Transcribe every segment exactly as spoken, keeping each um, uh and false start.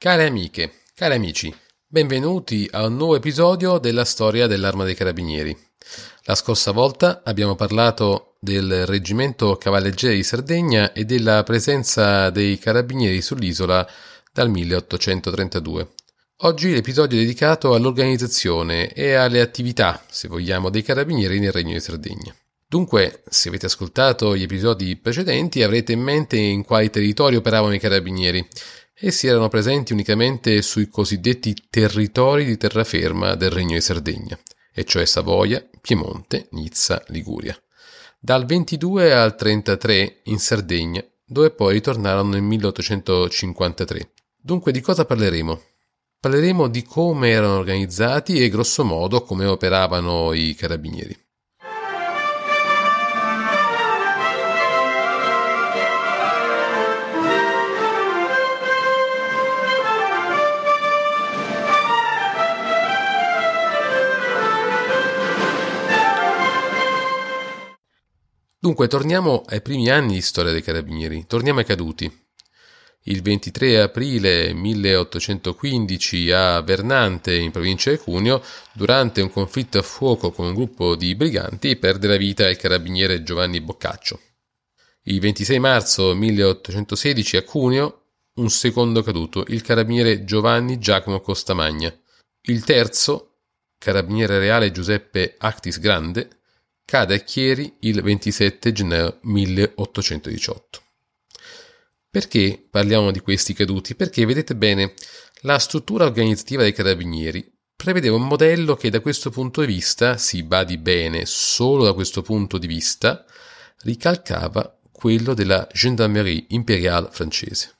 Care amiche, cari amici, benvenuti a un nuovo episodio della storia dell'Arma dei Carabinieri. La scorsa volta abbiamo parlato del Reggimento Cavalleggeri di Sardegna e della presenza dei Carabinieri sull'isola dal milleottocentotrentadue. Oggi l'episodio è dedicato all'organizzazione e alle attività, se vogliamo, dei Carabinieri nel Regno di Sardegna. Dunque, se avete ascoltato gli episodi precedenti, avrete in mente in quali territori operavano i Carabinieri. Essi erano presenti unicamente sui cosiddetti territori di terraferma del Regno di Sardegna, e cioè Savoia, Piemonte, Nizza, Liguria. Dal ventidue al trentatré in Sardegna, dove poi ritornarono nel milleottocentocinquantatré. Dunque di cosa parleremo? Parleremo di come erano organizzati e grosso modo come operavano i Carabinieri. Dunque, torniamo ai primi anni di storia dei Carabinieri, torniamo ai caduti. Il ventitré aprile milleottocentoquindici a Vernante, in provincia di Cuneo, durante un conflitto a fuoco con un gruppo di briganti, perde la vita il carabiniere Giovanni Boccaccio. Il ventisei marzo milleottocentosedici a Cuneo, un secondo caduto, il carabiniere Giovanni Giacomo Costamagna. Il terzo, carabiniere reale Giuseppe Actis Grande, cade a Chieri il ventisette gennaio milleottocentodiciotto. Perché parliamo di questi caduti? Perché, vedete bene, la struttura organizzativa dei Carabinieri prevedeva un modello che da questo punto di vista, si badi bene, solo da questo punto di vista, ricalcava quello della Gendarmerie impériale francese.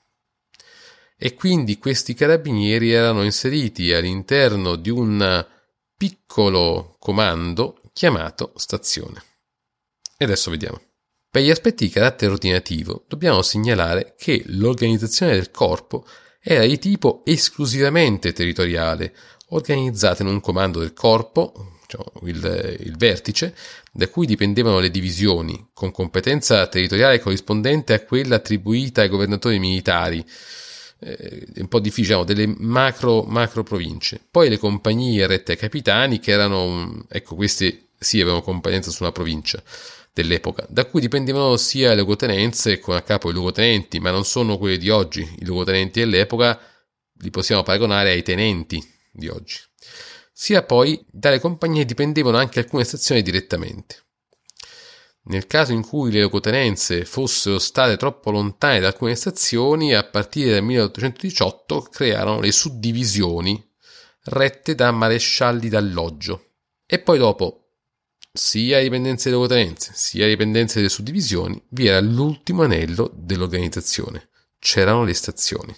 E quindi questi Carabinieri erano inseriti all'interno di un piccolo comando chiamato stazione. E adesso vediamo. Per gli aspetti di carattere ordinativo dobbiamo segnalare che l'organizzazione del corpo era di tipo esclusivamente territoriale, organizzata in un comando del corpo, cioè il, il vertice, da cui dipendevano le divisioni, con competenza territoriale corrispondente a quella attribuita ai governatori militari, eh, un po' difficile, diciamo, delle macro, macro province. Poi le compagnie rette ai capitani, che erano, ecco, queste sì avevano competenza su una provincia dell'epoca, da cui dipendevano sia le luogotenenze con a capo i luogotenenti, ma non sono quelli di oggi. I luogotenenti dell'epoca li possiamo paragonare ai tenenti di oggi. Sia poi dalle compagnie dipendevano anche alcune stazioni direttamente. Nel caso in cui le luogotenenze fossero state troppo lontane da alcune stazioni, a partire dal milleottocentodiciotto crearono le suddivisioni rette da marescialli d'alloggio. E poi dopo, sia le dipendenze delle luogotenenze, sia le dipendenze delle suddivisioni, vi era l'ultimo anello dell'organizzazione. C'erano le stazioni.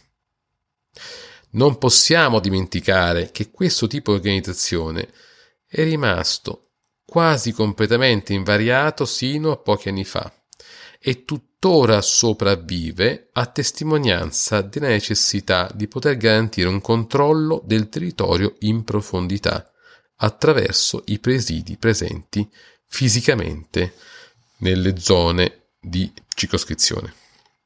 Non possiamo dimenticare che questo tipo di organizzazione è rimasto quasi completamente invariato sino a pochi anni fa e tuttora sopravvive a testimonianza della necessità di poter garantire un controllo del territorio in profondità attraverso i presidi presenti fisicamente nelle zone di circoscrizione.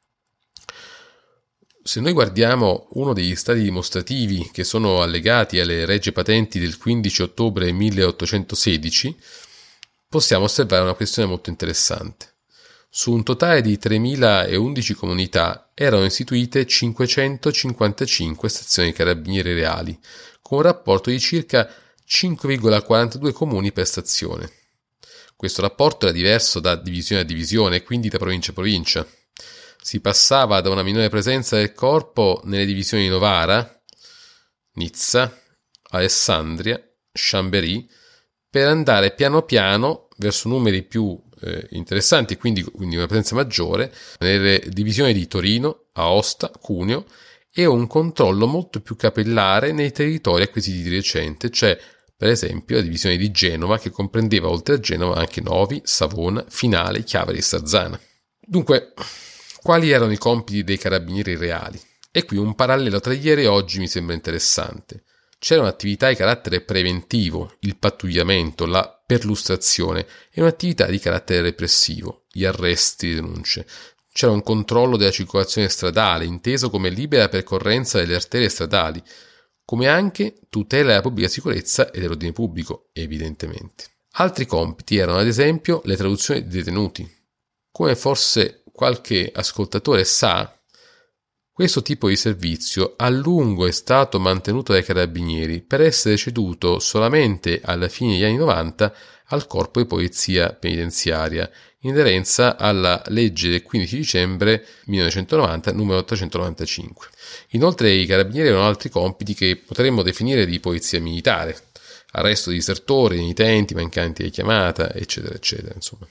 Se noi guardiamo uno degli stati dimostrativi che sono allegati alle regie patenti del quindici ottobre milleottocentosedici, possiamo osservare una questione molto interessante. Su un totale di tremilaundici comunità erano istituite cinquecentocinquantacinque stazioni carabinieri reali, con un rapporto di circa cinque virgola quarantadue comuni per stazione. Questo rapporto era diverso da divisione a divisione, quindi da provincia a provincia. Si passava da una minore presenza del corpo nelle divisioni di Novara, Nizza, Alessandria, Chambéry, per andare piano piano verso numeri più eh, interessanti, quindi, quindi una presenza maggiore, nelle divisioni di Torino, Aosta, Cuneo, e un controllo molto più capillare nei territori acquisiti di recente, cioè per esempio la divisione di Genova, che comprendeva oltre a Genova anche Novi, Savona, Finale, Chiavari e Sarzana. Dunque, quali erano i compiti dei carabinieri reali? E qui un parallelo tra ieri e oggi mi sembra interessante. C'era un'attività di carattere preventivo, il pattugliamento, la perlustrazione, e un'attività di carattere repressivo, gli arresti, le denunce. c'era un controllo della circolazione stradale, inteso come libera percorrenza delle arterie stradali, come anche tutela della pubblica sicurezza e dell'ordine pubblico, evidentemente. Altri compiti erano ad esempio le traduzioni di detenuti. Come forse qualche ascoltatore sa, questo tipo di servizio a lungo è stato mantenuto dai carabinieri per essere ceduto solamente alla fine degli anni novanta al corpo di polizia penitenziaria, in aderenza alla legge del quindici dicembre millenovecentonovanta numero ottocentonovantacinque. Inoltre i carabinieri avevano altri compiti che potremmo definire di polizia militare: arresto di disertori, renitenti, mancanti di chiamata, eccetera, eccetera, insomma.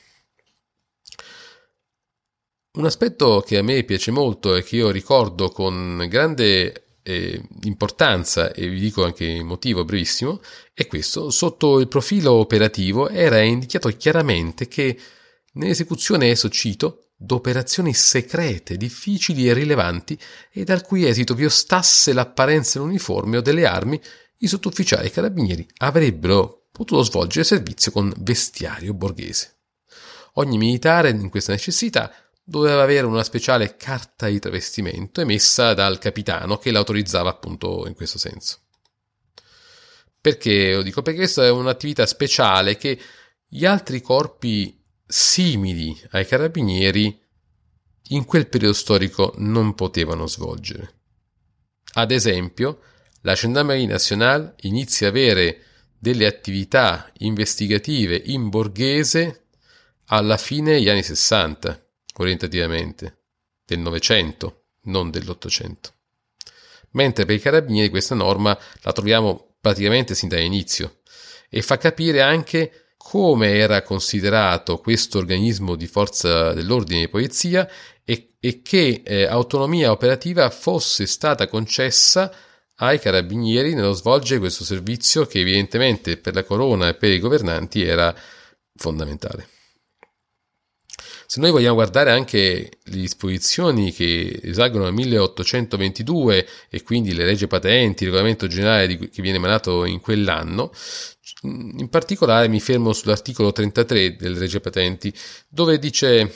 Un aspetto che a me piace molto e che io ricordo con grande eh, importanza, e vi dico anche il motivo brevissimo, è questo: sotto il profilo operativo era indicato chiaramente che nell'esecuzione, esso cito, d'operazioni segrete, difficili e rilevanti e dal cui esito vi ostatsse l'apparenza dell'uniforme o delle armi, i sottufficiali carabinieri avrebbero potuto svolgere servizio con vestiario borghese. Ogni militare in questa necessità doveva avere una speciale carta di travestimento emessa dal capitano che l'autorizzava appunto in questo senso. Perché lo dico? Perché questa è un'attività speciale che gli altri corpi simili ai carabinieri in quel periodo storico non potevano svolgere. Ad esempio, la Gendarmerie Nationale inizia a avere delle attività investigative in borghese alla fine degli anni sessanta, orientativamente, del Novecento, non dell'Ottocento. Mentre per i carabinieri questa norma la troviamo praticamente sin dall'inizio e fa capire anche come era considerato questo organismo di forza dell'ordine di polizia e, e che eh, autonomia operativa fosse stata concessa ai carabinieri nello svolgere questo servizio che evidentemente per la corona e per i governanti era fondamentale. Se noi vogliamo guardare anche le disposizioni che risalgono al milleottocentoventidue e quindi le leggi patenti, il regolamento generale di, che viene emanato in quell'anno, in particolare mi fermo sull'articolo trentatré delle leggi patenti, dove dice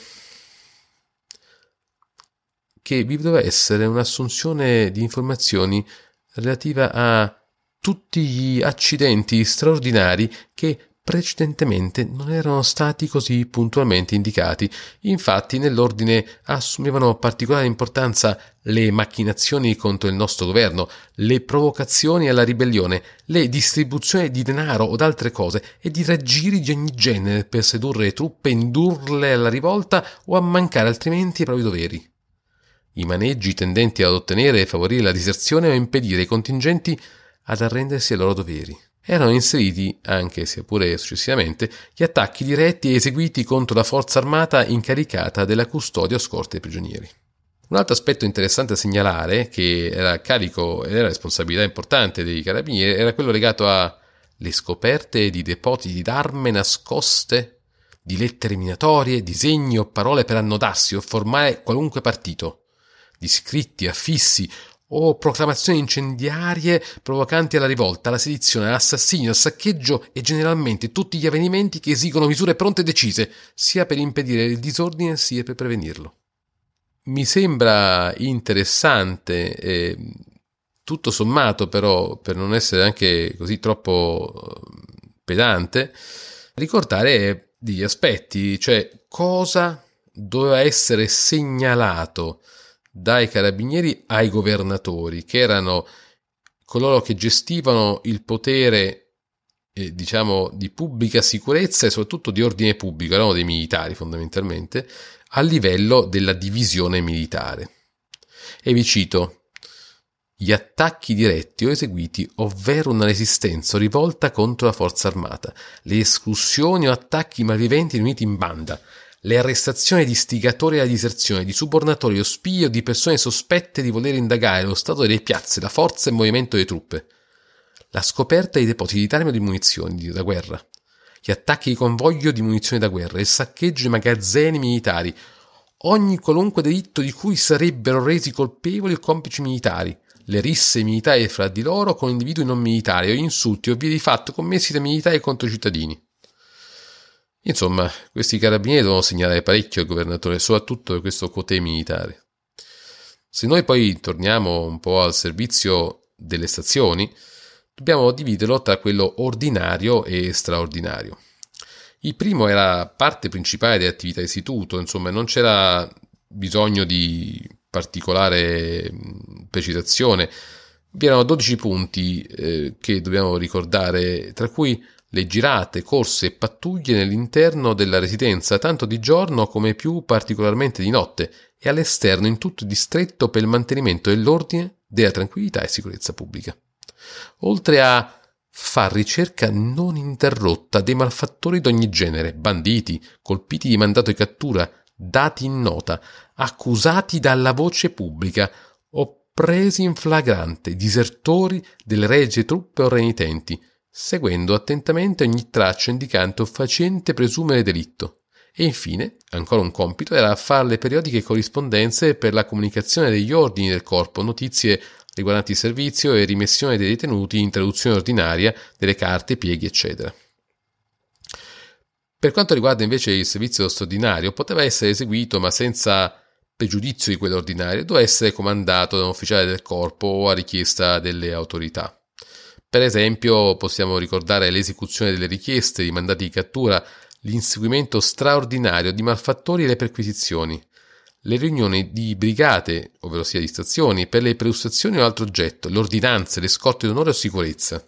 che vi doveva essere un'assunzione di informazioni relativa a tutti gli accidenti straordinari che precedentemente non erano stati così puntualmente indicati. Infatti nell'ordine assumevano particolare importanza le macchinazioni contro il nostro governo, le provocazioni alla ribellione, le distribuzioni di denaro o altre cose e di raggiri di ogni genere per sedurre le truppe, indurle alla rivolta o a mancare altrimenti ai propri doveri. I maneggi tendenti ad ottenere e favorire la diserzione o impedire ai contingenti ad arrendersi ai loro doveri. Erano inseriti, anche sia pure successivamente, gli attacchi diretti eseguiti contro la forza armata incaricata della custodia o scorta dei prigionieri. Un altro aspetto interessante da segnalare, che era carico ed era responsabilità importante dei carabinieri, era quello legato alle scoperte di depositi d'arme nascoste, di lettere minatorie, disegni o parole per annodarsi o formare qualunque partito, di scritti, affissi o proclamazioni incendiarie provocanti alla rivolta, alla sedizione, all'assassinio, al saccheggio e generalmente tutti gli avvenimenti che esigono misure pronte e decise, sia per impedire il disordine sia per prevenirlo. Mi sembra interessante, eh, tutto sommato però, per non essere anche così troppo pedante, ricordare degli aspetti, cioè cosa doveva essere segnalato dai carabinieri ai governatori, che erano coloro che gestivano il potere, eh, diciamo, di pubblica sicurezza e soprattutto di ordine pubblico, erano dei militari fondamentalmente, a livello della divisione militare. E vi cito: gli attacchi diretti o eseguiti, ovvero una resistenza o rivolta contro la forza armata, le esclusioni o attacchi malviventi riuniti in banda, le arrestazioni di istigatori alla diserzione, di subornatori o spie o di persone sospette di voler indagare lo stato delle piazze, la forza e il movimento delle truppe, la scoperta di depositi d'armi o di munizioni da guerra, gli attacchi di convoglio di munizioni da guerra, il saccheggio di magazzini militari, ogni qualunque delitto di cui sarebbero resi colpevoli o complici militari, le risse militari fra di loro con individui non militari o insulti o vie di fatto commessi da militari contro i cittadini. Insomma, questi carabinieri devono segnalare parecchio al governatore, soprattutto per questo quotè militare. Se noi poi torniamo un po' al servizio delle stazioni, dobbiamo dividerlo tra quello ordinario e straordinario. Il primo era parte principale delle attività d'istituto, insomma non c'era bisogno di particolare precisazione. Vi erano dodici punti eh, che dobbiamo ricordare, tra cui le girate, corse e pattuglie nell'interno della residenza, tanto di giorno come più particolarmente di notte, e all'esterno in tutto il distretto per il mantenimento dell'ordine, della tranquillità e sicurezza pubblica. Oltre a far ricerca non interrotta dei malfattori d'ogni genere, banditi, colpiti di mandato di cattura, dati in nota, accusati dalla voce pubblica o presi in flagrante, disertori delle regie truppe o renitenti, seguendo attentamente ogni traccia indicante o facente presumere delitto. E infine, ancora un compito era fare le periodiche corrispondenze per la comunicazione degli ordini del corpo, notizie riguardanti il servizio e rimessione dei detenuti, introduzione ordinaria delle carte, pieghi, eccetera. Per quanto riguarda invece il servizio straordinario, poteva essere eseguito ma senza pregiudizio di quello ordinario, doveva essere comandato da un ufficiale del corpo o a richiesta delle autorità. Per esempio, possiamo ricordare l'esecuzione delle richieste, i mandati di cattura, l'inseguimento straordinario di malfattori e le perquisizioni, le riunioni di brigate, ovvero sia di stazioni, per le perlustrazioni o altro oggetto, le ordinanze, le scorte d'onore o sicurezza.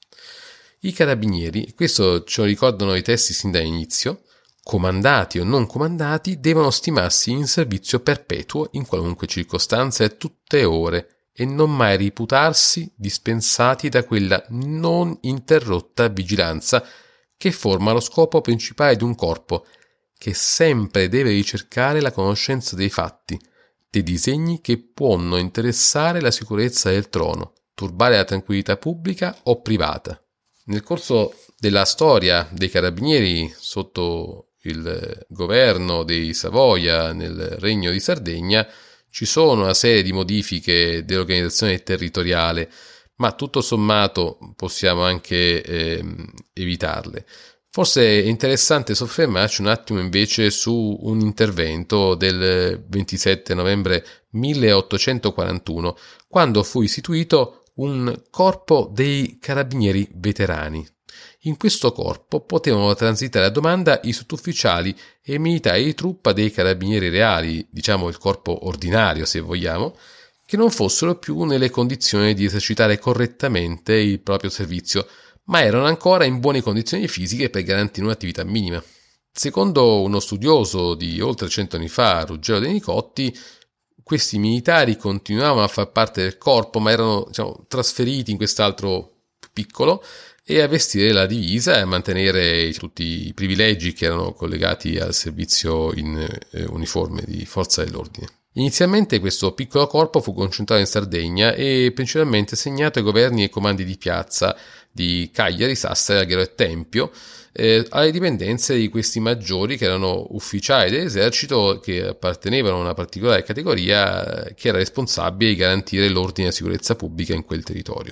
I carabinieri, questo ce lo ricordano i testi sin dall'inizio, comandati o non comandati, devono stimarsi in servizio perpetuo in qualunque circostanza e a tutte ore, e non mai riputarsi dispensati da quella non interrotta vigilanza che forma lo scopo principale di un corpo, che sempre deve ricercare la conoscenza dei fatti, dei disegni che possono interessare la sicurezza del trono, turbare la tranquillità pubblica o privata. Nel corso della storia dei carabinieri sotto il governo dei Savoia nel Regno di Sardegna ci sono una serie di modifiche dell'organizzazione territoriale, ma tutto sommato possiamo anche eh, evitarle. Forse è interessante soffermarci un attimo invece su un intervento del ventisette novembre milleottocentoquarantuno, quando fu istituito un corpo dei carabinieri veterani. In questo corpo potevano transitare a domanda i sottufficiali e militari di truppa dei carabinieri reali, diciamo il corpo ordinario se vogliamo, che non fossero più nelle condizioni di esercitare correttamente il proprio servizio, ma erano ancora in buone condizioni fisiche per garantire un'attività minima. Secondo uno studioso di oltre cento anni fa, Ruggero De Nicotti, questi militari continuavano a far parte del corpo, ma erano diciamo, trasferiti in quest'altro più piccolo e a vestire la divisa e a mantenere tutti i privilegi che erano collegati al servizio in eh, uniforme di forza dell'ordine. Inizialmente questo piccolo corpo fu concentrato in Sardegna e principalmente assegnato ai governi e comandi di piazza di Cagliari, Sassari, Alghero e Tempio, eh, alle dipendenze di questi maggiori che erano ufficiali dell'esercito che appartenevano a una particolare categoria che era responsabile di garantire l'ordine e la sicurezza pubblica in quel territorio.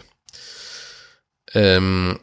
Um,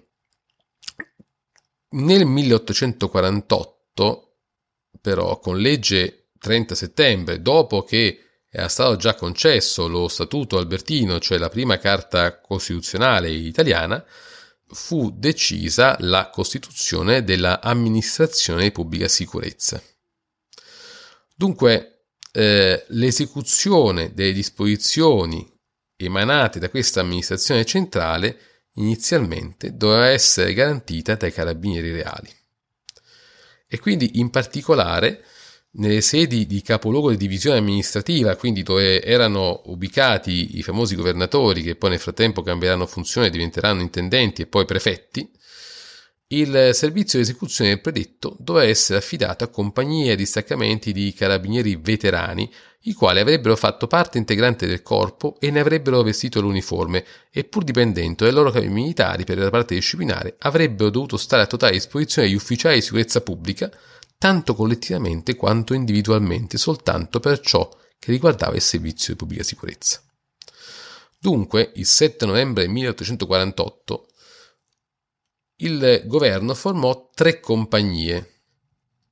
nel milleottocentoquarantotto, però, con legge trenta settembre, dopo che era stato già concesso lo Statuto Albertino, cioè la prima carta costituzionale italiana, fu decisa la costituzione della amministrazione di pubblica sicurezza. Dunque, eh, l'esecuzione delle disposizioni emanate da questa amministrazione centrale inizialmente doveva essere garantita dai carabinieri reali. E quindi in particolare nelle sedi di capoluogo di divisione amministrativa, quindi dove erano ubicati i famosi governatori che poi nel frattempo cambieranno funzione e diventeranno intendenti e poi prefetti, il servizio di esecuzione del predetto doveva essere affidato a compagnie e distaccamenti di carabinieri veterani, i quali avrebbero fatto parte integrante del corpo e ne avrebbero vestito l'uniforme e pur dipendendo dai loro capi militari per la parte disciplinare avrebbero dovuto stare a totale disposizione degli ufficiali di sicurezza pubblica tanto collettivamente quanto individualmente, soltanto per ciò che riguardava il servizio di pubblica sicurezza. Dunque, il sette novembre milleottocentoquarantotto, il governo formò tre compagnie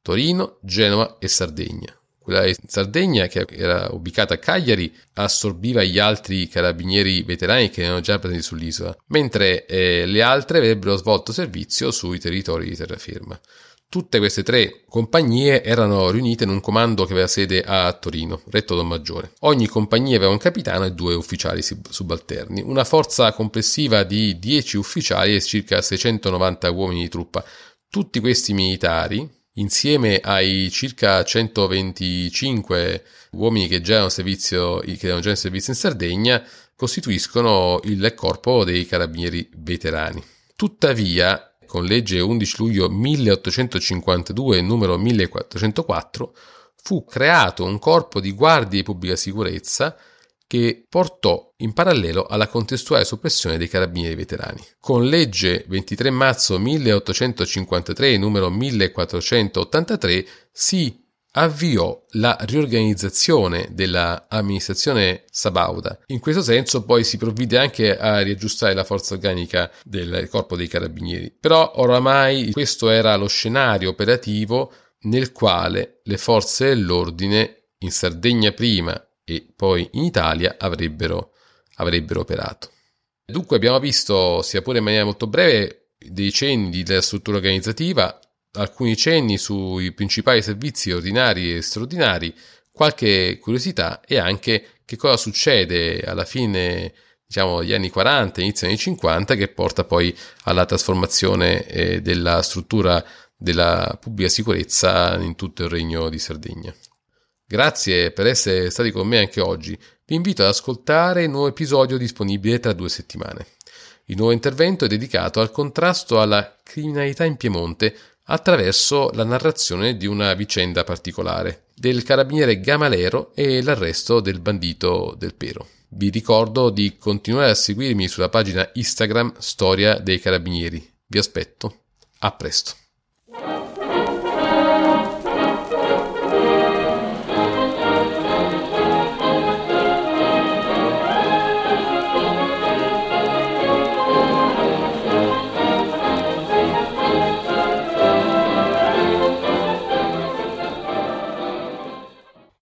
Torino, Genova e Sardegna. Quella in Sardegna, che era ubicata a Cagliari, assorbiva gli altri carabinieri veterani che erano già presenti sull'isola, mentre eh, le altre avrebbero svolto servizio sui territori di terraferma. Tutte queste tre compagnie erano riunite in un comando che aveva sede a Torino, retto da un maggiore. Ogni compagnia aveva un capitano e due ufficiali subalterni, una forza complessiva di dieci ufficiali e circa seicentonovanta uomini di truppa. Tutti questi militari, insieme ai circa centoventicinque uomini che già erano, servizio, che erano già in servizio in Sardegna, costituiscono il corpo dei carabinieri veterani. Tuttavia, con legge undici luglio milleottocentocinquantadue numero millequattrocentoquattro, fu creato un corpo di guardie di pubblica sicurezza che portò in parallelo alla contestuale soppressione dei carabinieri veterani. Con legge ventitré marzo milleottocentocinquantatré numero millequattrocentottantatré si avviò la riorganizzazione dell'amministrazione sabauda. In questo senso poi si provvide anche a riaggiustare la forza organica del corpo dei carabinieri. Però oramai questo era lo scenario operativo nel quale le forze dell'ordine in Sardegna prima e poi in Italia avrebbero, avrebbero operato. Dunque abbiamo visto, sia pure in maniera molto breve, dei cenni della struttura organizzativa, alcuni cenni sui principali servizi ordinari e straordinari, qualche curiosità e anche che cosa succede alla fine, diciamo, degli anni quaranta, inizio degli anni cinquanta, che porta poi alla trasformazione eh, della struttura della pubblica sicurezza in tutto il Regno di Sardegna. Grazie per essere stati con me anche oggi. Vi invito ad ascoltare il nuovo episodio disponibile tra due settimane. Il nuovo intervento è dedicato al contrasto alla criminalità in Piemonte attraverso la narrazione di una vicenda particolare, del carabiniere Gamalero e l'arresto del bandito Del Pero. Vi ricordo di continuare a seguirmi sulla pagina Instagram Storia dei Carabinieri. Vi aspetto. A presto.